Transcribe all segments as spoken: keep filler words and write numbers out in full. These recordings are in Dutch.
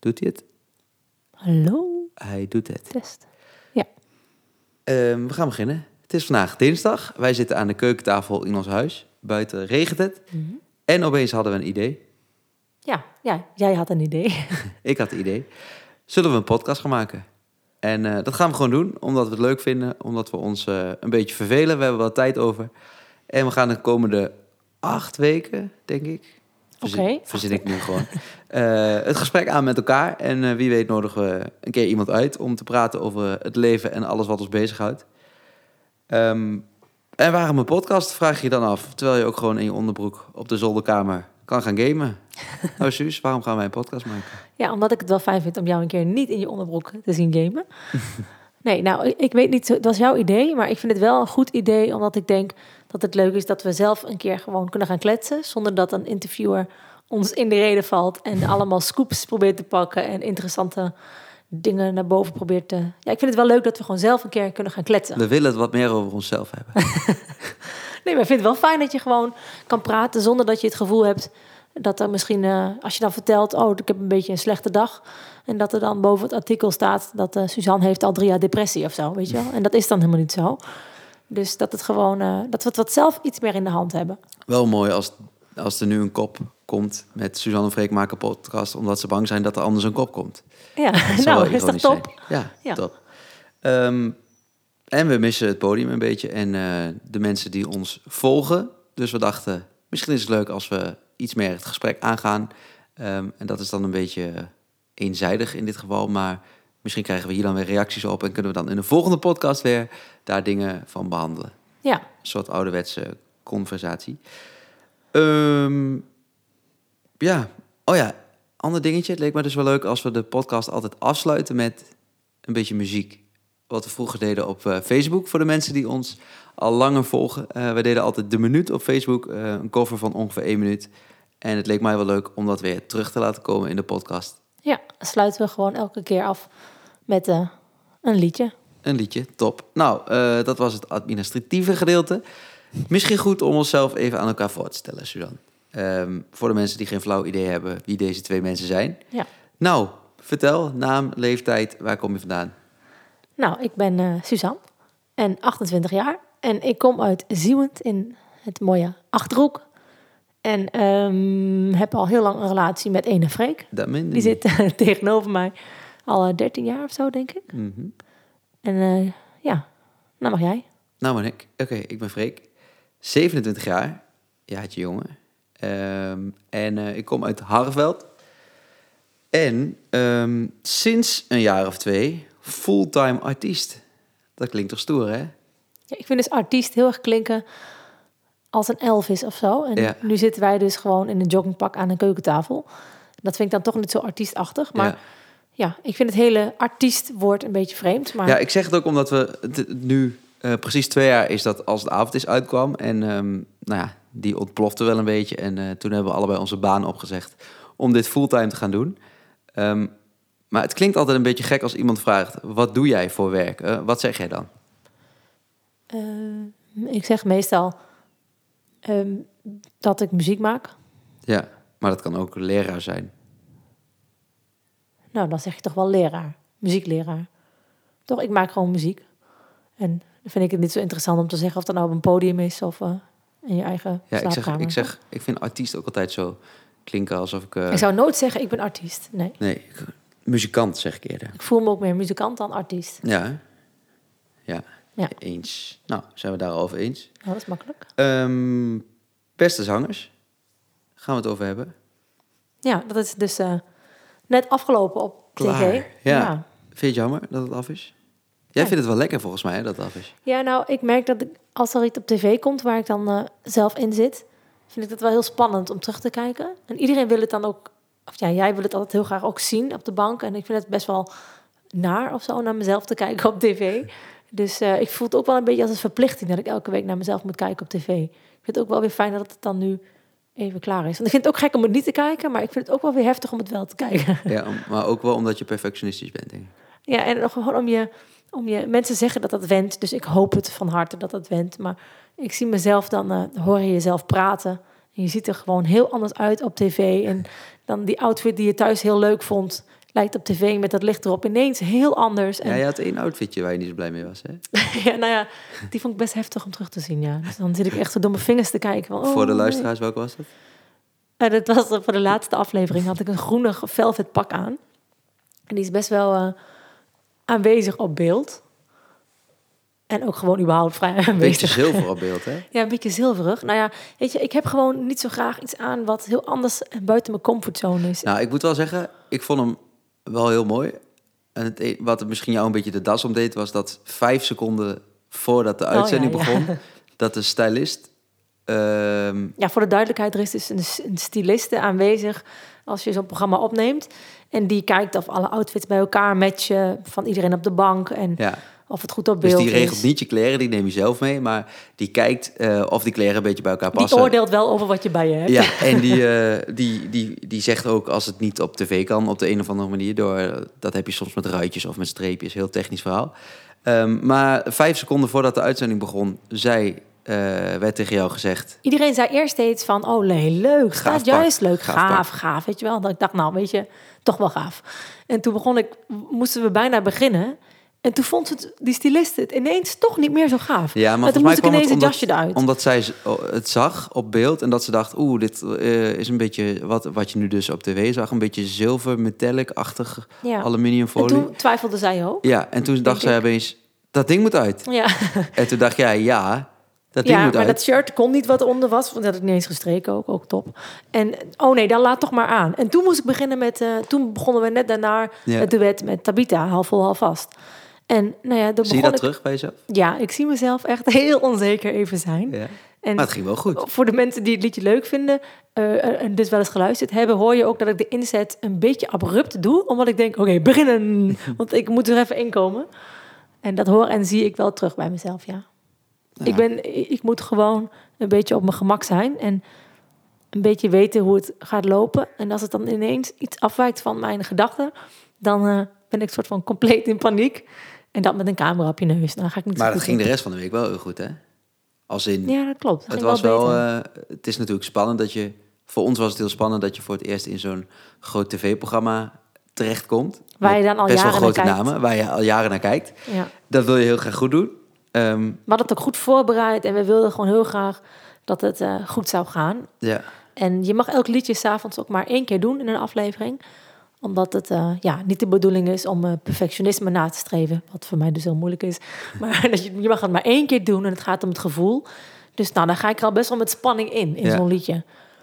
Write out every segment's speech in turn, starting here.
Doet hij het? Hallo? Hij doet het. Test. Ja. Um, we gaan beginnen. Het is vandaag dinsdag. Wij zitten aan de keukentafel in ons huis. Buiten regent het. Mm-hmm. En opeens hadden we een idee. Ja, ja, jij had een idee. Ik had het idee. Zullen we een podcast gaan maken? En uh, dat gaan we gewoon doen, omdat we het leuk vinden. Omdat we ons uh, een beetje vervelen. We hebben wel tijd over. En we gaan de komende acht weken, denk ik... Verzin, okay. verzin ik nu gewoon. Uh, het gesprek aan met elkaar. En uh, wie weet nodigen we een keer iemand uit... om te praten over het leven en alles wat ons bezighoudt. Um, en waarom een podcast, vraag je je dan af. Terwijl je ook gewoon in je onderbroek op de zolderkamer kan gaan gamen. Nou Suus, waarom gaan wij een podcast maken? Ja, omdat ik het wel fijn vind om jou een keer niet in je onderbroek te zien gamen. Nee, nou, ik weet niet, dat was jouw idee... maar ik vind het wel een goed idee, omdat ik denk... dat het leuk is dat we zelf een keer gewoon kunnen gaan kletsen... zonder dat een interviewer ons in de reden valt... en allemaal scoops probeert te pakken... en interessante dingen naar boven probeert te... Ja, ik vind het wel leuk dat we gewoon zelf een keer kunnen gaan kletsen. We willen het wat meer over onszelf hebben. Nee, maar ik vind het wel fijn dat je gewoon kan praten... zonder dat je het gevoel hebt dat er misschien... Uh, als je dan vertelt, oh, ik heb een beetje een slechte dag... en dat er dan boven het artikel staat... dat uh, Suzanne heeft al drie jaar depressie of zo, weet je wel? En dat is dan helemaal niet zo... Dus dat, het gewoon, uh, dat we het wat zelf iets meer in de hand hebben. Wel mooi als, als er nu een kop komt met Suzanne en Freek maken podcast... omdat ze bang zijn dat er anders een kop komt. Ja, nou, is dat top? Ja, ja, top. Um, en we missen het podium een beetje en uh, de mensen die ons volgen. Dus we dachten, misschien is het leuk als we iets meer het gesprek aangaan. Um, en dat is dan een beetje eenzijdig in dit geval, maar... Misschien krijgen we hier dan weer reacties op... en kunnen we dan in de volgende podcast weer daar dingen van behandelen. Ja. Een soort ouderwetse conversatie. Um, ja, oh ja, ander dingetje. Het leek me dus wel leuk als we de podcast altijd afsluiten met een beetje muziek. Wat we vroeger deden op uh, Facebook, voor de mensen die ons al langer volgen. Uh, we deden altijd de minuut op Facebook, uh, een cover van ongeveer één minuut. En het leek mij wel leuk om dat weer terug te laten komen in de podcast. Ja, dan sluiten we gewoon elke keer af met uh, een liedje. Een liedje, top. Nou, uh, dat was het administratieve gedeelte. Misschien goed om onszelf even aan elkaar voor te stellen, Suzanne. Um, voor de mensen die geen flauw idee hebben wie deze twee mensen zijn. Ja. Nou, vertel, naam, leeftijd, waar kom je vandaan? Nou, ik ben uh, Suzanne en achtentwintig jaar. En ik kom uit Zieuwent in het mooie Achterhoek. En um, heb al heel lang een relatie met ene Freek. Dat meen je. Die zit uh, tegenover mij al uh, dertien jaar of zo, denk ik. Mm-hmm. En uh, ja, nou mag jij. Nou mag ik. Oké, okay, ik ben Freek. zevenentwintig jaar. Jaartje jongen. Um, en uh, ik kom uit Harreveld. En um, sinds een jaar of twee fulltime artiest. Dat klinkt toch stoer, hè? Ja, ik vind dus artiest heel erg klinken... als een Elvis of zo. En ja. Nu zitten wij dus gewoon in een joggingpak aan een keukentafel. Dat vind ik dan toch niet zo artiestachtig. Maar ja, ja ik vind het hele artiestwoord een beetje vreemd. Maar... Ja, ik zeg het ook omdat we het nu uh, precies twee jaar is dat als de avond is uitkwam. En um, nou ja, die ontplofte wel een beetje. En uh, toen hebben we allebei onze baan opgezegd om dit fulltime te gaan doen. Um, maar het klinkt altijd een beetje gek als iemand vraagt... wat doe jij voor werk? Uh, wat zeg jij dan? Uh, ik zeg meestal... Um, dat ik muziek maak. Ja, maar dat kan ook leraar zijn. Nou, dan zeg je toch wel leraar. Muziekleraar. Toch, ik maak gewoon muziek. En dan vind ik het niet zo interessant om te zeggen... of dat nou op een podium is of uh, in je eigen ja, slaapkamer. Ik zeg, ik zeg, ik vind artiest ook altijd zo klinken alsof ik... Uh... Ik zou nooit zeggen, ik ben artiest. Nee. Nee, muzikant zeg ik eerder. Ik voel me ook meer muzikant dan artiest. Ja, ja. Ja. Eens. Nou, zijn we daarover eens? Oh, dat is makkelijk. Um, beste zangers. Gaan we het over hebben? Ja, dat is dus uh, net afgelopen op Klaar. tv. Ja. ja. Vind je het jammer dat het af is? Jij ja. vindt het wel lekker volgens mij, hè, dat het af is. Ja, nou, ik merk dat ik, als er iets op tv komt waar ik dan uh, zelf in zit... vind ik dat wel heel spannend om terug te kijken. En iedereen wil het dan ook... Of ja, jij wil het altijd heel graag ook zien op de bank. En ik vind het best wel naar of zo, naar mezelf te kijken op tv... Dus uh, ik voel het ook wel een beetje als een verplichting... dat ik elke week naar mezelf moet kijken op tv. Ik vind het ook wel weer fijn dat het dan nu even klaar is. Want ik vind het ook gek om het niet te kijken... maar ik vind het ook wel weer heftig om het wel te kijken. Ja, maar ook wel omdat je perfectionistisch bent, denk ik. Ja, en gewoon om je, om je... Mensen zeggen dat dat wendt, dus ik hoop het van harte dat dat wendt. Maar ik zie mezelf dan... Uh, hoor je jezelf praten... en je ziet er gewoon heel anders uit op tv... en dan die outfit die je thuis heel leuk vond... lijkt op tv met dat licht erop ineens heel anders. En Ja, je had één outfitje waar je niet zo blij mee was, hè? ja, nou ja, die vond ik best heftig om terug te zien, ja. Dus dan zit ik echt zo door mijn vingers te kijken. Van, oh, Voor de nee. luisteraars, welke was dat? Uh, dat was uh, voor de laatste aflevering. Had ik een groene velvet pak aan. En die is best wel uh, aanwezig op beeld. En ook gewoon überhaupt vrij aanwezig. Beetje zilver op beeld, hè? Ja, een beetje zilverig. Nou ja, weet je, ik heb gewoon niet zo graag iets aan wat heel anders en buiten mijn comfortzone is. Nou, ik moet wel zeggen, ik vond hem wel heel mooi. En het, e- wat het misschien jou een beetje de das om deed, was dat vijf seconden voordat de uitzending oh, ja, ja. begon, dat de stylist... Um... Ja, voor de duidelijkheid, er is dus een, een styliste aanwezig als je zo'n programma opneemt. En die kijkt of alle outfits bij elkaar matchen van iedereen op de bank. En ja. of het goed op beeld is. Dus die regelt is. niet je kleren, die neem je zelf mee. Maar die kijkt uh, of die kleren een beetje bij elkaar passen. Die oordeelt wel over wat je bij je hebt. Ja, en die, uh, die, die, die zegt ook als het niet op tv kan, op de een of andere manier. Door, dat heb je soms met ruitjes of met streepjes, heel technisch verhaal. Um, maar vijf seconden voordat de uitzending begon, zei... Uh, werd tegen jou gezegd... Iedereen zei eerst steeds van, oh nee, leuk, gaaf staat juist pak, leuk, gaaf, gaaf, gaaf, gaaf, weet je wel. Dat ik dacht, nou, weet je, toch wel gaaf. En toen begon ik, moesten we bijna beginnen. En toen vond het, die styliste het ineens toch niet meer zo gaaf. Ja, maar toen moest ik ineens het jasje eruit. Omdat zij het zag op beeld en dat ze dacht... oeh, dit uh, is een beetje wat, wat je nu dus op tv zag. Een beetje zilver, metallic-achtig ja. aluminiumfolie. En toen twijfelde zij ook. Ja, en toen dacht zij opeens, dat ding moet uit. Ja. En toen dacht jij, ja... Dat ding ja, moet maar uit. dat shirt kon niet wat onder was, want dat had ik niet eens gestreken ook, ook top. En oh nee, dan laat toch maar aan. En toen moest ik beginnen met, uh, toen begonnen we net daarna ja. het duet met Tabita, half vol, half vast. En nou ja, zie je dat ik, terug bij jezelf? Ja, ik zie mezelf echt heel onzeker even zijn. Ja. En maar het ging wel goed. Voor de mensen die het liedje leuk vinden uh, en dus wel eens geluisterd hebben, hoor je ook dat ik de inzet een beetje abrupt doe, omdat ik denk, oké, okay, beginnen, want ik moet er even inkomen. En dat hoor en zie ik wel terug bij mezelf, ja. Ja. Ik, ben, ik moet gewoon een beetje op mijn gemak zijn en een beetje weten hoe het gaat lopen. En als het dan ineens iets afwijkt van mijn gedachten, dan uh, ben ik soort van compleet in paniek. En dat met een camera op je neus. Dan ga ik niet maar zo dat goed ging in. de rest van de week wel heel goed, hè? Als in, ja, dat klopt. Dat het was wel. wel. Uh, het is natuurlijk spannend dat je. Voor ons was het heel spannend dat je voor het eerst in zo'n groot tv-programma terechtkomt. Waar je dan al best jaren wel grote naar kijkt. namen, waar je al jaren naar kijkt. Ja. Dat wil je heel graag goed doen. Um, we hadden het ook goed voorbereid en we wilden gewoon heel graag dat het uh, goed zou gaan. Ja. En je mag elk liedje 's avonds ook maar één keer doen in een aflevering. Omdat het uh, ja, niet de bedoeling is om uh, perfectionisme na te streven. Wat voor mij dus heel moeilijk is. Maar dat je, je mag het maar één keer doen en het gaat om het gevoel. Dus nou, dan ga ik er al best wel met spanning in, in ja. zo'n liedje.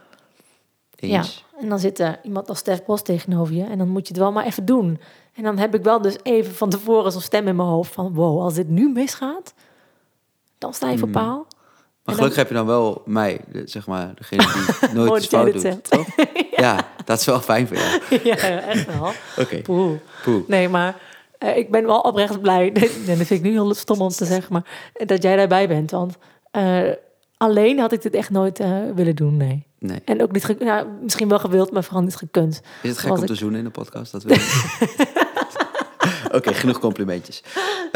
Eens. Ja, en dan zit er iemand als Stef Bos tegenover je. En dan moet je het wel maar even doen. En dan heb ik wel dus even van tevoren zo'n stem in mijn hoofd van... wow, als dit nu misgaat, dan sta je voor paal. Maar en gelukkig dan... heb je dan wel mij, zeg maar, degene die nooit iets fout doet, toch? ja. ja, dat is wel fijn voor jou. ja, echt wel. Oké. Okay. Poeh. Poeh. Nee, maar uh, ik ben wel oprecht blij. En dat vind ik nu heel stom om te zeggen, maar dat jij daarbij bent. Want uh, alleen had ik dit echt nooit uh, willen doen, nee. Nee. En ook niet, ge- ja, misschien wel gewild, maar vooral niet gekund. Is het gek om ik... te zoenen in de podcast? Dat wil Oké, okay, genoeg complimentjes.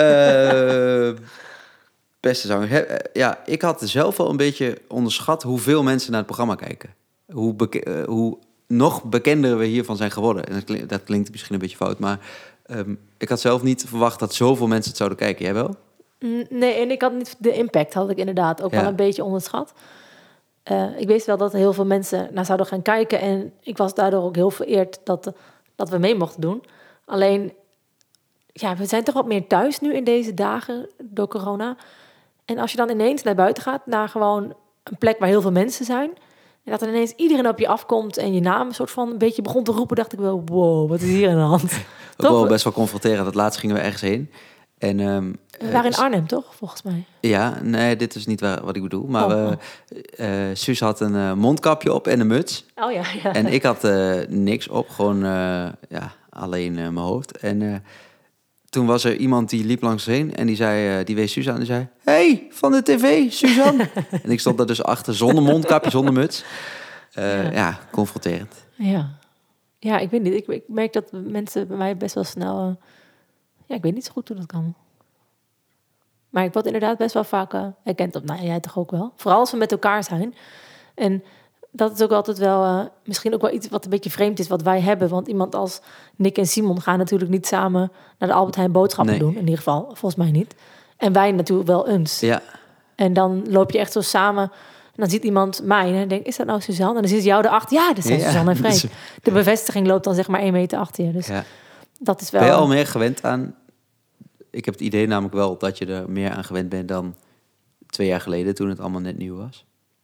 Uh, beste zanger. He, ja, ik had zelf wel een beetje onderschat hoeveel mensen naar het programma kijken. Hoe, beke- uh, hoe nog bekender we hiervan zijn geworden. En dat, klinkt, dat klinkt misschien een beetje fout, maar um, ik had zelf niet verwacht dat zoveel mensen het zouden kijken. Jij wel? Nee, en ik had niet de impact, had ik inderdaad ook ja. wel een beetje onderschat. Uh, ik wist wel dat er heel veel mensen naar zouden gaan kijken. En ik was daardoor ook heel vereerd dat, dat we mee mochten doen. Alleen, ja, we zijn toch wat meer thuis nu in deze dagen door corona. En als je dan ineens naar buiten gaat, naar gewoon een plek waar heel veel mensen zijn. En dat er ineens iedereen op je afkomt en je naam een soort van een beetje begon te roepen. Dacht ik wel, wow, wat is hier aan de hand? Ook wel best wel confronterend. Dat laatst gingen we ergens heen. En, um, we waren in Arnhem, toch? Volgens mij. Ja, nee, dit is niet waar, wat ik bedoel. Maar oh, we, uh, Suus had een uh, mondkapje op en een muts. Oh ja, ja. En ik had uh, niks op, gewoon uh, ja, alleen uh, mijn hoofd. En uh, toen was er iemand die liep langs heen en die, zei, uh, die wees Suus aan en die zei... Hey, van de tv, Suzanne. En ik stond daar dus achter zonder mondkapje, zonder muts. Uh, ja. ja, confronterend. Ja. Ja, ik weet niet. Ik, ik merk dat mensen bij mij best wel snel... Uh, ja, ik weet niet zo goed hoe dat kan. Maar ik word inderdaad best wel vaak uh, herkend op... Nou, jij toch ook wel. Vooral als we met elkaar zijn. En dat is ook altijd wel... Uh, misschien ook wel iets wat een beetje vreemd is wat wij hebben. Want iemand als Nick en Simon gaan natuurlijk niet samen... naar de Albert Heijn boodschappen Nee. doen. In ieder geval, volgens mij niet. En wij natuurlijk wel eens. Ja. En dan loop je echt zo samen... en dan ziet iemand mij en dan denkt, is dat nou Suzanne? En dan ziet jou erachter, ja, dat zijn Ja, Suzanne en Freek. dus- De bevestiging loopt dan zeg maar één meter achter je. Dus ja. dat is wel... Ben je al meer gewend aan... Ik heb het idee namelijk wel dat je er meer aan gewend bent dan twee jaar geleden... toen het allemaal net nieuw was.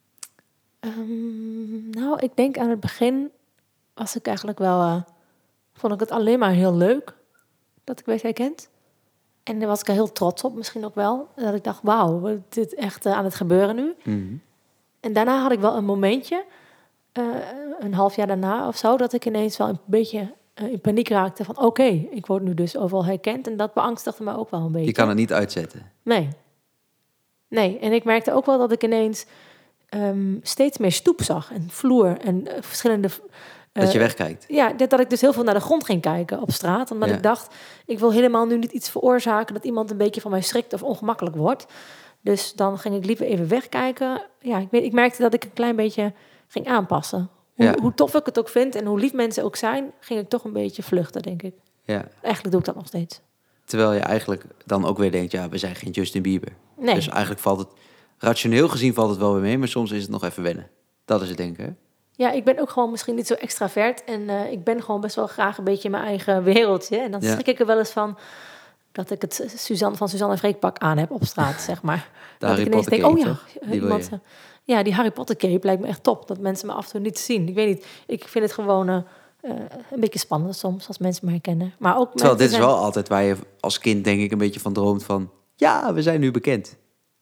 Um, nou, ik denk aan het begin was ik eigenlijk wel... Uh, vond ik het alleen maar heel leuk dat ik werd herkend. En daar was ik er heel trots op, misschien ook wel. Dat ik dacht, wauw, dit is echt uh, aan het gebeuren nu. Mm-hmm. En daarna had ik wel een momentje, uh, een half jaar daarna of zo... dat ik ineens wel een beetje uh, in paniek raakte van... oké, okay, ik word nu dus overal herkend. En dat beangstigde me ook wel een beetje. Je kan het niet uitzetten. Nee. Nee, en ik merkte ook wel dat ik ineens... Um, steeds meer stoep zag en vloer en uh, verschillende... Uh, dat je wegkijkt. Ja, dat ik dus heel veel naar de grond ging kijken op straat. Omdat ja. ik dacht, ik wil helemaal nu niet iets veroorzaken... dat iemand een beetje van mij schrikt of ongemakkelijk wordt. Dus dan ging ik liever even wegkijken. Ja, ik, weet, ik merkte dat ik een klein beetje ging aanpassen. Hoe, ja. hoe tof ik het ook vind en hoe lief mensen ook zijn... ging ik toch een beetje vluchten, denk ik. Ja. Eigenlijk doe ik dat nog steeds. Terwijl je eigenlijk dan ook weer denkt... ja, we zijn geen Justin Bieber. Nee. Dus eigenlijk valt het... rationeel gezien valt het wel weer mee... maar soms is het nog even wennen. Dat is het denken. Ja, ik ben ook gewoon misschien niet zo extravert. En uh, ik ben gewoon best wel graag een beetje in mijn eigen wereldje. En dan ja. schrik ik er wel eens van... dat ik het Suzanne van Suzanne en Freek pak aan heb op straat, zeg maar. De Harry Potter cape, oh ja, toch? Die iemand, uh, ja, die Harry Potter cape lijkt me echt top. Dat mensen me af en toe niet zien. Ik weet niet, ik vind het gewoon uh, een beetje spannend soms... als mensen me herkennen. Maar ook Terwijl dit zijn... is wel altijd waar je als kind denk ik een beetje van droomt van... ja, we zijn nu bekend.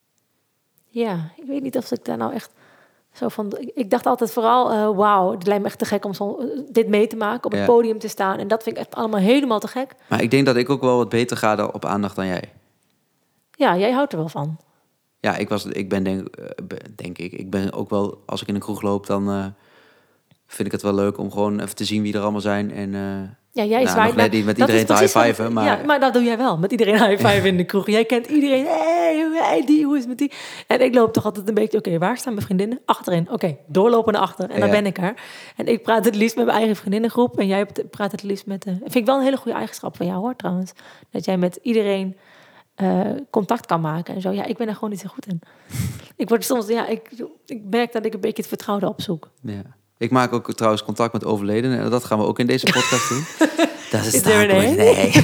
Ja, ik weet niet of ik daar nou echt... Zo van, ik dacht altijd vooral, uh, wauw, het lijkt me echt te gek om zo, uh, dit mee te maken, op het ja. podium te staan. En dat vind ik echt allemaal helemaal te gek. Maar ik denk dat ik ook wel wat beter ga op aandacht dan jij. Ja, jij houdt er wel van. Ja, ik, was, ik ben denk, uh, denk ik, ik ben ook wel, als ik in een kroeg loop, dan uh, vind ik het wel leuk om gewoon even te zien wie er allemaal zijn. En uh, ja, jij nou, zwaait nog net niet met iedereen te high-fiven. Maar... Ja, maar dat doe jij wel, met iedereen high-fiven in de kroeg. Jij kent iedereen, hé, hey, hey, die, hoe is het met die? En ik loop toch altijd een beetje, oké, okay, waar staan mijn vriendinnen? Achterin, oké, okay, doorlopen naar achter. En dan ja. ben ik er. En ik praat het liefst met mijn eigen vriendinnengroep. En jij praat het liefst met... Uh, vind ik wel een hele goede eigenschap van jou, hoor, trouwens. Dat jij met iedereen uh, contact kan maken en zo. Ja, ik ben er gewoon niet zo goed in. ik word soms, ja, ik, ik merk dat ik een beetje het vertrouwen opzoek. Ja. Ik maak ook trouwens contact met overledenen. En dat gaan we ook in deze podcast doen. Dat is, is er een Nee.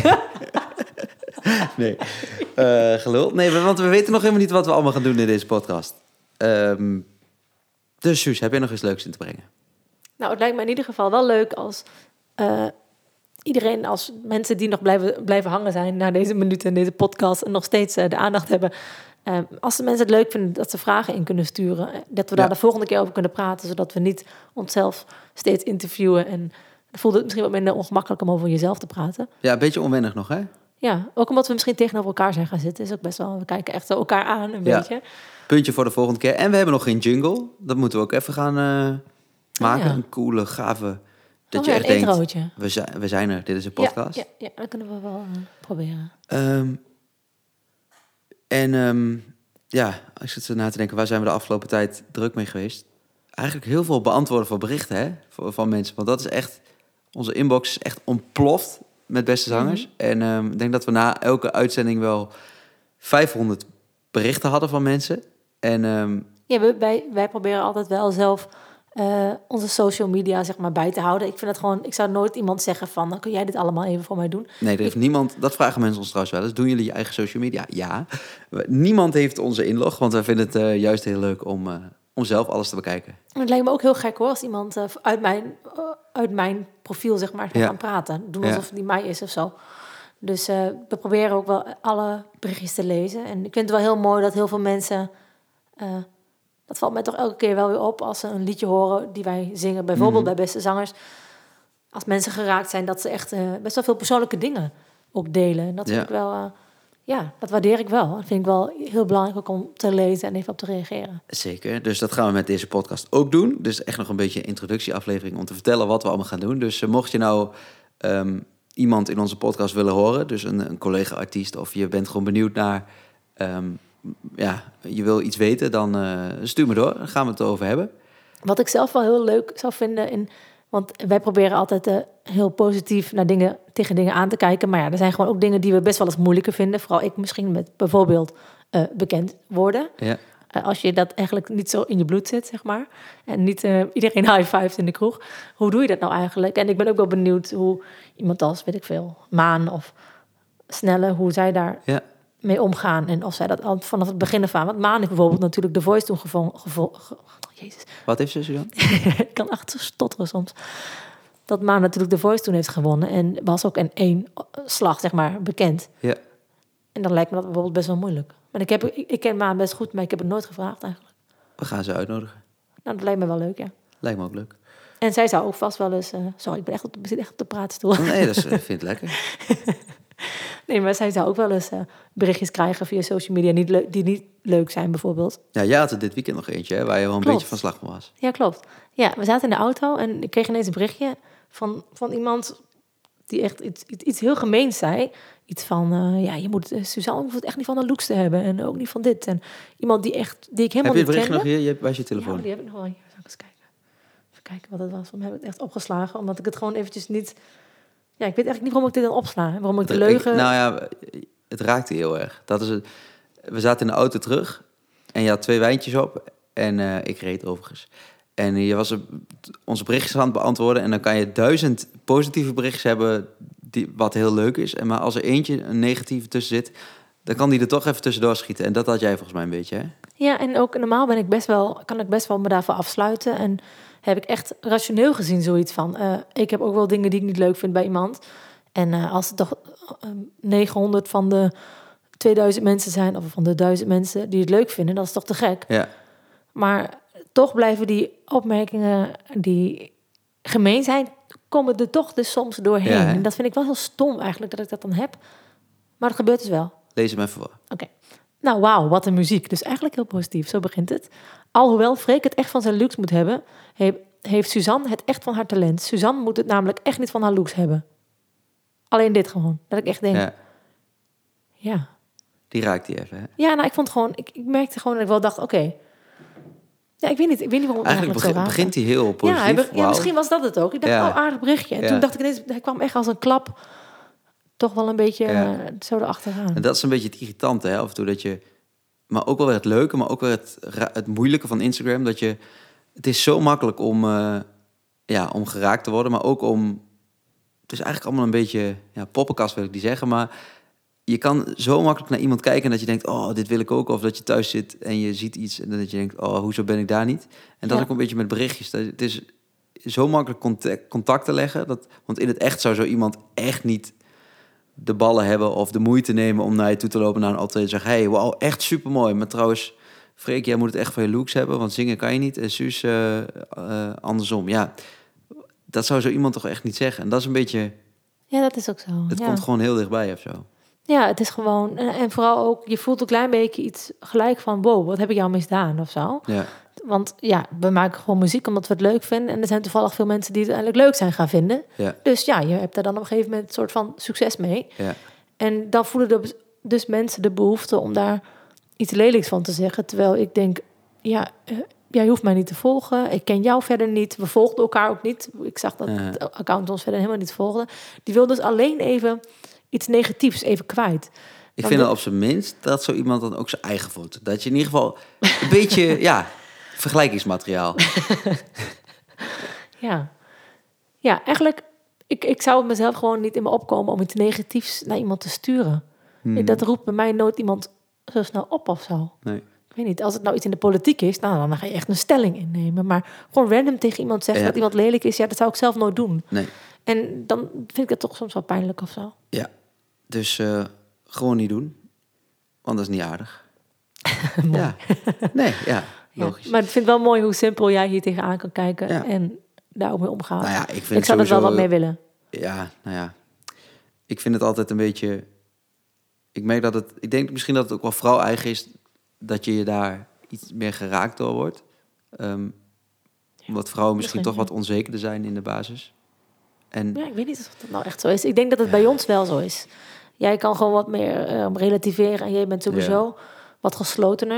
nee. Uh, gelul. Nee, want we weten nog helemaal niet wat we allemaal gaan doen in deze podcast. Um, dus Suus, heb je nog iets leuks in te brengen? Nou, het lijkt me in ieder geval wel leuk als uh, iedereen, als mensen die nog blijven, blijven hangen zijn na deze minuten in deze podcast en nog steeds uh, de aandacht hebben. Uh, als de mensen het leuk vinden, dat ze vragen in kunnen sturen. Dat we daar ja. de volgende keer over kunnen praten, zodat we niet onszelf steeds interviewen. En dan voelt het misschien wat minder ongemakkelijk om over jezelf te praten. Ja, een beetje onwennig nog, hè? Ja, ook omdat we misschien tegenover elkaar zijn gaan zitten. Is ook best wel, we kijken echt elkaar aan een ja. beetje. Puntje voor de volgende keer. En we hebben nog geen jingle. Dat moeten we ook even gaan uh, maken. Oh ja. Een coole, gave... Dat oh, je ja, echt denkt, we zijn, we zijn er. Dit is een podcast. Ja, ja, ja dat kunnen we wel uh, proberen. Um, en... Um, Ja, als je het zo na te denken, waar zijn we de afgelopen tijd druk mee geweest? Eigenlijk heel veel beantwoorden van berichten, hè, van mensen. Want dat is echt, onze inbox is echt ontploft met beste zangers. Mm-hmm. En um, ik denk dat we na elke uitzending wel vijfhonderd berichten hadden van mensen. En, um, ja, wij, wij proberen altijd wel zelf uh, onze social media zeg maar bij te houden. Ik vind het gewoon, ik zou nooit iemand zeggen van, dan kun jij dit allemaal even voor mij doen. Nee, er heeft ik... niemand, dat vragen mensen ons trouwens wel eens. Doen jullie je eigen social media? Ja. Niemand heeft onze inlog, want wij vinden het uh, juist heel leuk om, uh, om zelf alles te bekijken. Het lijkt me ook heel gek hoor, als iemand uh, uit, mijn, uh, uit mijn profiel zeg maar ja. gaan praten. Doen alsof ja. die mij is of zo. Dus uh, we proberen ook wel alle berichtjes te lezen. En ik vind het wel heel mooi dat heel veel mensen... Uh, dat valt mij toch elke keer wel weer op als ze een liedje horen die wij zingen. Bijvoorbeeld mm-hmm. bij Beste Zangers. Als mensen geraakt zijn, dat ze echt uh, best wel veel persoonlijke dingen ook delen. En dat vind ja. ik wel... Uh, ja, dat waardeer ik wel. Dat vind ik wel heel belangrijk ook om te lezen en even op te reageren. Zeker, dus dat gaan we met deze podcast ook doen. Dus echt nog een beetje een introductieaflevering om te vertellen wat we allemaal gaan doen. Dus uh, mocht je nou um, iemand in onze podcast willen horen, dus een, een collega-artiest, of je bent gewoon benieuwd naar... Um, ja, je wil iets weten, dan uh, stuur me door. Dan gaan we het erover hebben. Wat ik zelf wel heel leuk zou vinden... In, want wij proberen altijd uh, heel positief naar dingen, tegen dingen aan te kijken. Maar ja, er zijn gewoon ook dingen die we best wel eens moeilijker vinden. Vooral ik misschien met bijvoorbeeld uh, bekend worden. Ja. Uh, als je dat eigenlijk niet zo in je bloed zit, zeg maar. En niet uh, iedereen high-fived in de kroeg. Hoe doe je dat nou eigenlijk? En ik ben ook wel benieuwd hoe iemand als, weet ik veel, Maan of Snelle... hoe zij daar Ja. mee omgaan. En of zij dat al vanaf het begin af aan... Want Maan heeft bijvoorbeeld natuurlijk The Voice toen gevonden... Gevo- ge- Jezus. Wat heeft ze dan? Ik kan echt zo stotteren soms. Dat Maan natuurlijk The Voice toen heeft gewonnen. En was ook in één slag, zeg maar, bekend. Ja. En dan lijkt me dat bijvoorbeeld best wel moeilijk. Maar ik, heb, ik, ik ken Maan best goed, maar ik heb het nooit gevraagd eigenlijk. We gaan ze uitnodigen. Nou, dat lijkt me wel leuk, ja. Lijkt me ook leuk. En zij zou ook vast wel eens... Uh, sorry, ik ben echt op, ik zit echt op de praatstoel. Nee, dat is, ik vind het lekker. Nee, maar zij zou ook wel eens uh, berichtjes krijgen via social media... Niet leuk, die niet leuk zijn, bijvoorbeeld. Ja, jij had er dit weekend nog eentje, hè, waar je wel een Klopt. beetje van slag van was. Ja, klopt. Ja, we zaten in de auto en ik kreeg ineens een berichtje... van, van iemand die echt iets, iets, iets heel gemeens zei... Iets van, uh, ja, je moet, uh, Suzanne hoeft het echt niet van haar looks te hebben. En ook niet van dit. En iemand die echt, die ik helemaal heb je niet het berichtje kende. nog hier? Je hebt, waar is je telefoon? Ja, die heb ik nog wel. Hier, zal ik eens kijken. Even kijken wat het was. Waarom heb ik het echt opgeslagen? Omdat ik het gewoon eventjes niet... Ja, ik weet eigenlijk niet waarom ik dit dan opsla. Waarom ik de leugen... Ik, nou ja, het raakte heel erg. Dat is het. We zaten in de auto terug. En je had twee wijntjes op. En uh, ik reed overigens. En je was onze berichtjes aan het beantwoorden. En dan kan je duizend positieve berichtjes hebben... Die, wat heel leuk is. En maar als er eentje, een negatieve tussen zit... dan kan die er toch even tussendoor schieten. En dat had jij volgens mij een beetje, hè? Ja, en ook normaal ben ik best wel, kan ik best wel me daarvoor afsluiten. En heb ik echt rationeel gezien zoiets van... Uh, ik heb ook wel dingen die ik niet leuk vind bij iemand. En uh, als het toch uh, negenhonderd van de tweeduizend mensen zijn... of van de duizend mensen die het leuk vinden... dat is toch te gek? Ja. Maar toch blijven die opmerkingen die gemeen zijn... komen er toch dus soms doorheen. Ja, en dat vind ik wel heel stom eigenlijk dat ik dat dan heb. Maar het gebeurt dus wel. Lees hem even voor. Oké. Okay. Nou, wauw, wat een muziek. Dus eigenlijk heel positief, zo begint het. Alhoewel Freek het echt van zijn looks moet hebben... heeft Suzanne het echt van haar talent. Suzanne moet het namelijk echt niet van haar looks hebben. Alleen dit gewoon. Dat ik echt denk... Ja. ja. Die raakt die even, hè? Ja, nou, ik vond gewoon... Ik, ik merkte gewoon dat ik wel dacht, oké... Okay, ja, ik weet niet, ik weet niet waarom... Eigenlijk begint, begint hij heel positief. Ja, hij be- ja, misschien was dat het ook. Ik dacht, ja. oh, aardig berichtje. En ja. toen dacht ik ineens, hij kwam echt als een klap... toch wel een beetje ja. uh, zo erachteraan. En dat is een beetje het irritante, hè? Af en toe dat je... Maar ook wel weer het leuke, maar ook weer het, het moeilijke van Instagram... dat je... Het is zo makkelijk om, uh, ja, om geraakt te worden, maar ook om... Het is eigenlijk allemaal een beetje... Ja, poppenkast wil ik niet zeggen, maar... Je kan zo makkelijk naar iemand kijken dat je denkt... oh, dit wil ik ook. Of dat je thuis zit en je ziet iets en dat je denkt... oh, hoezo ben ik daar niet? En dat ja. ook een beetje met berichtjes. Het is zo makkelijk contact, contact te leggen. Dat, want in het echt zou zo iemand echt niet de ballen hebben... of de moeite nemen om naar je toe te lopen naar een optreden... en zeggen, hey, wauw, echt supermooi. Maar trouwens, Freek, jij moet het echt van je looks hebben... want zingen kan je niet. En Suus, uh, uh, andersom. Ja, dat zou zo iemand toch echt niet zeggen. En dat is een beetje... Ja, dat is ook zo. Het ja. komt gewoon heel dichtbij of zo. Ja, het is gewoon... En vooral ook, je voelt een klein beetje iets gelijk van... wow, wat heb ik jou misdaan of zo. Ja. Want ja, we maken gewoon muziek omdat we het leuk vinden. En er zijn toevallig veel mensen die het eigenlijk leuk zijn gaan vinden. Ja. Dus ja, je hebt daar dan op een gegeven moment een soort van succes mee. Ja. En dan voelen de, dus mensen de behoefte om daar iets lelijks van te zeggen. Terwijl ik denk, ja, uh, jij hoeft mij niet te volgen. Ik ken jou verder niet. We volgden elkaar ook niet. Ik zag dat uh-huh. de account ons verder helemaal niet volgde. Die wil dus alleen even... iets negatiefs even kwijt. Ik dan vind dat op zijn minst dat zo iemand dan ook zijn eigen foto. Dat je in ieder geval een beetje, ja, vergelijkingsmateriaal. ja. Ja, eigenlijk, ik, ik zou het mezelf gewoon niet in me opkomen om iets negatiefs naar iemand te sturen. Hmm. Dat roept bij mij nooit iemand zo snel op of zo. Nee. Ik weet niet, als het nou iets in de politiek is, nou, dan ga je echt een stelling innemen. Maar gewoon random tegen iemand zeggen ja. dat iemand lelijk is, ja, dat zou ik zelf nooit doen. Nee. En dan vind ik dat toch soms wel pijnlijk of zo. Ja, dus uh, gewoon niet doen. Want dat is niet aardig. ja. Nee, ja, logisch. Ja, maar ik vind het wel mooi hoe simpel jij hier tegenaan kan kijken ja. en daar ook mee omgaan. Nou ja, ik vind ik zou er wel wat mee willen. Ja, nou ja. Ik vind het altijd een beetje... Ik merk dat het... Ik denk misschien dat het ook wel vrouw-eigen is... dat je je daar iets meer geraakt door wordt. Um, ja, omdat vrouwen misschien, misschien toch ja. wat onzekerder zijn in de basis. En, ja, ik weet niet of dat nou echt zo is. Ik denk dat het ja. bij ons wel zo is. Jij kan gewoon wat meer um, relativeren en jij bent sowieso ja. wat geslotener.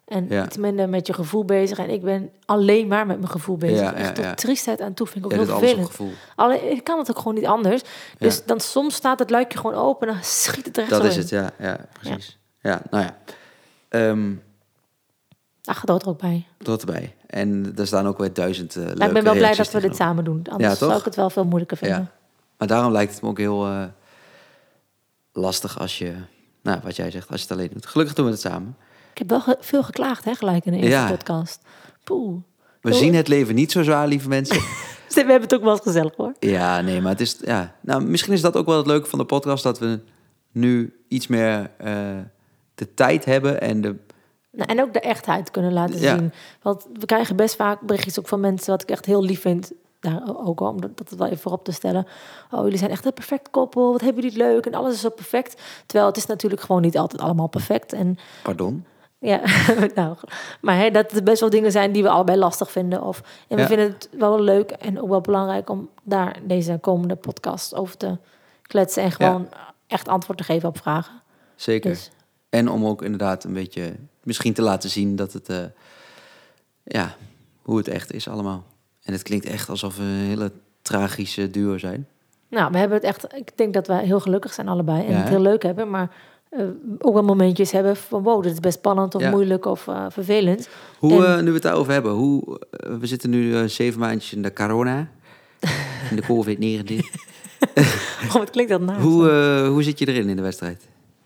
En Ja. iets minder met je gevoel bezig. En ik ben alleen maar met mijn gevoel bezig. Ja, ja, Echt tot ja. triestheid aan toe. Vind ik ook Ja, heel dit alles op vervelend. gevoel. Alleen, ik kan het ook gewoon niet anders. Dus Ja. dan soms staat het luikje gewoon open en dan schiet het er echt Dat zo is in. het, ja, ja precies. Ja, nou ja. Ehm Ach, dat hoort er ook bij. dat erbij. En er staan ook weer duizend uh, leuke Maar ik ben wel blij reacties dat we dit tegenover. samen doen. Anders Ja, toch? zou ik het wel veel moeilijker vinden. Ja. Maar daarom lijkt het me ook heel uh, lastig als je, nou, wat jij zegt, als je het alleen doet. Gelukkig doen we het samen. Ik heb wel ge- veel geklaagd, hè, gelijk in de eerste Ja. podcast. Poeh. We Zo- zien het leven niet zo zwaar, lieve mensen. We hebben het ook wel eens gezellig, hoor. Ja, nee, maar het is, ja. Nou, misschien is dat ook wel het leuke van de podcast, dat we nu iets meer uh, de tijd hebben en de... Nou, en ook de echtheid kunnen laten Ja. zien. Want we krijgen best vaak berichtjes ook van mensen... wat ik echt heel lief vind, daar ook al, om dat dat wel even voorop te stellen. Oh, jullie zijn echt een perfect koppel. Wat hebben jullie het leuk en alles is zo perfect. Terwijl het is natuurlijk gewoon niet altijd allemaal perfect. En Pardon? ja, nou, maar hè, dat er best wel dingen zijn die we allebei lastig vinden. Of, en we Ja. vinden het wel leuk en ook wel belangrijk... om daar deze komende podcast over te kletsen... en gewoon echt antwoord te geven op vragen. Zeker. Dus En om ook inderdaad een beetje misschien te laten zien dat het, uh, ja, hoe het echt is allemaal. En het klinkt echt alsof we een hele tragische duo zijn. nou, we hebben het echt... Ik denk dat we heel gelukkig zijn allebei en Ja, het hè? heel leuk hebben. Maar uh, ook wel momentjes hebben van... wow, dit is best spannend of Ja. moeilijk of uh, vervelend. Hoe, En- uh, nu we het daarover hebben, hoe, uh, we zitten nu uh, zeven maandjes in de corona, in de covid negentien. Oh, wat klinkt dat na? hoe, uh, hoe zit je erin in de wedstrijd?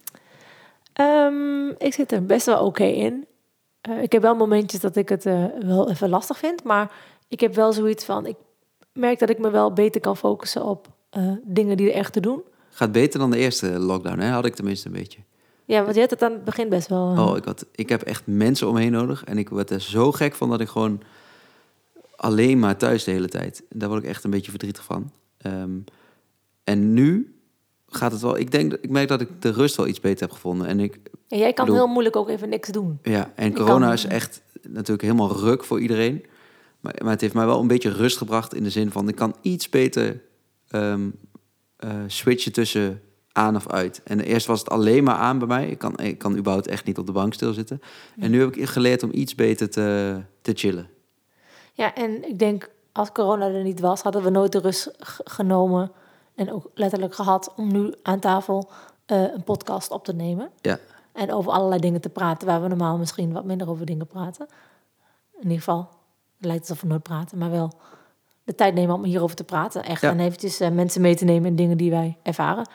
Um, ik zit er best wel oké okay in. Uh, ik heb wel momentjes dat ik het uh, wel even lastig vind. Maar ik heb wel zoiets van... Ik merk dat ik me wel beter kan focussen op uh, dingen die er echt te doen. Gaat beter dan de eerste lockdown, hè? Had ik tenminste een beetje. Ja, want je had het aan het begin best wel... Uh... Oh, ik, had, ik heb echt mensen om me heen nodig. En ik werd er zo gek van dat ik gewoon alleen maar thuis de hele tijd. Daar word ik echt een beetje verdrietig van. Um, en nu gaat het wel... Ik denk, ik merk dat ik de rust wel iets beter heb gevonden. En ik En jij kan bedoel, heel moeilijk ook even niks doen. Ja, en Je corona kan- is echt natuurlijk helemaal ruk voor iedereen. Maar, maar het heeft mij wel een beetje rust gebracht in de zin van... ik kan iets beter um, uh, switchen tussen aan of uit. En eerst was het alleen maar aan bij mij. Ik kan, ik kan überhaupt echt niet op de bank stilzitten. En nu heb ik geleerd om iets beter te, te chillen. Ja, en ik denk, als corona er niet was... hadden we nooit de rust g- genomen... en ook letterlijk gehad om nu aan tafel uh, een podcast op te nemen. Ja, En over allerlei dingen te praten... waar we normaal misschien wat minder over dingen praten. In ieder geval, het lijkt alsof we nooit praten... maar wel de tijd nemen om hierover te praten. Echt, Ja. en eventjes uh, mensen mee te nemen in dingen die wij ervaren.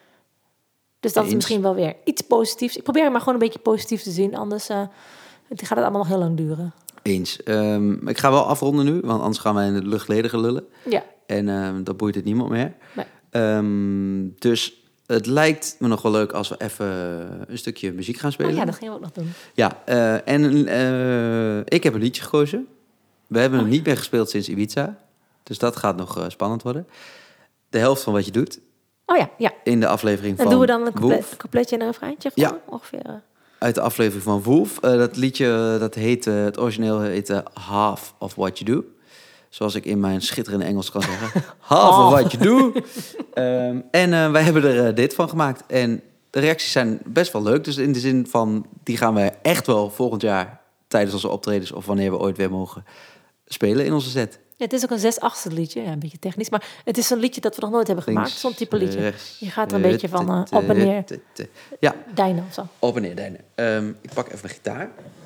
Dus dat is Eens. misschien wel weer iets positiefs. Ik probeer het maar gewoon een beetje positief te zien. Anders uh, gaat het allemaal nog heel lang duren. eens. Um, ik ga wel afronden nu, want anders gaan wij in het luchtledige lullen. Ja, En um, dat boeit het niemand meer. Nee. Um, dus het lijkt me nog wel leuk als we even een stukje muziek gaan spelen. oh, ja dat gingen we ook nog doen. Ja, uh, en uh, ik heb een liedje gekozen. We hebben Oh, hem niet meer gespeeld sinds Ibiza. Dus dat gaat nog uh, spannend worden. De helft van wat je doet Oh ja, ja. in de aflevering En van doen we dan een couplet, Wolf. coupletje en een refreintje? Ja. Gewoon, ongeveer. uh. Uit de aflevering van Wolf. Uh, dat liedje, uh, dat heet, uh, het origineel heet uh, Half of What You Do. Zoals ik in mijn schitterende Engels kan zeggen. Half of What You Do. um, en uh, wij hebben er uh, dit van gemaakt. En de reacties zijn best wel leuk. Dus in de zin van, die gaan wij echt wel volgend jaar... tijdens onze optredens of wanneer we ooit weer mogen spelen in onze set. Ja, het is ook een zes-achtste liedje. Ja, een beetje technisch. Maar het is een liedje dat we nog nooit hebben gemaakt. Links, Zo'n type liedje. rechts, Je gaat er een beetje van uh, op en neer. Ja, Dijnen of zo. op en neer, Dijnen. Um, ik pak even een gitaar.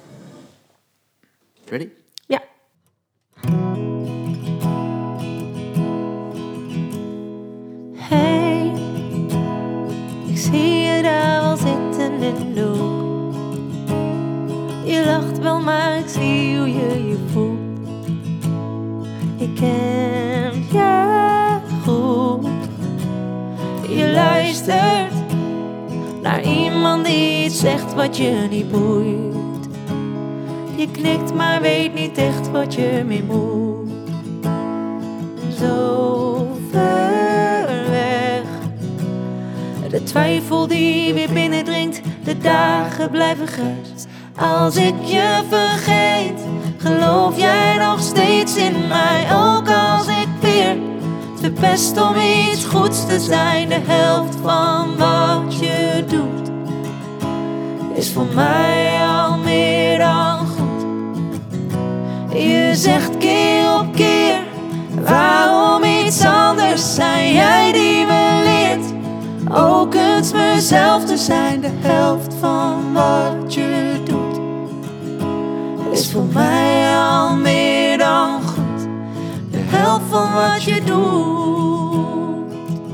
Ready? Ja. Hey, ik zie je daar wel zitten in de hoek. Je lacht wel, maar ik zie hoe je je voelt. Ik ken je goed. Je luistert naar iemand die iets zegt wat je niet boeit. Je knikt, maar weet niet echt wat je mee moet. Zo ver weg. De twijfel die weer binnendringt. De dagen blijven grijs. Als ik je vergeet, geloof jij nog steeds in mij. Ook als ik weer het verpest om iets goeds te zijn. De helft van wat je doet is voor mij al meer dan Je zegt keer op keer, waarom iets anders zijn jij die me leert. Ook eens mezelf te zijn, de helft van wat je doet, is voor mij al meer dan goed. De helft van wat je doet.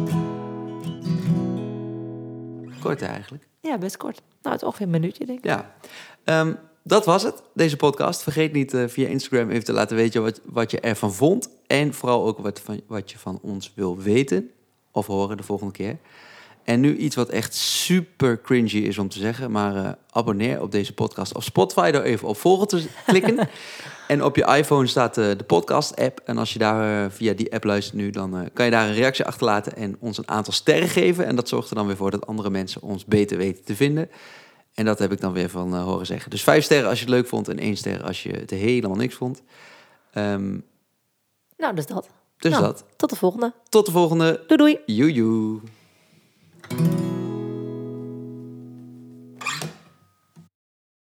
Kort eigenlijk. Ja, best kort. Nou, het is ongeveer een minuutje, denk ik. Ja, um, dat was het, deze podcast. Vergeet niet uh, via Instagram even te laten weten wat, wat je ervan vond. En vooral ook wat, van, wat je van ons wil weten of horen de volgende keer. En nu iets wat echt super cringy is om te zeggen. Maar uh, abonneer op deze podcast op Spotify door even op volgen te klikken. En op je iPhone staat uh, de podcast-app. En als je daar uh, via die app luistert nu, dan uh, kan je daar een reactie achterlaten en ons een aantal sterren geven. En dat zorgt er dan weer voor dat andere mensen ons beter weten te vinden. En dat heb ik dan weer van uh, horen zeggen. Dus vijf sterren als je het leuk vond en één ster als je het helemaal niks vond. Um, nou, dus dat. Dus nou, dat. Tot de volgende. Tot de volgende. Doei doei. Joejoe.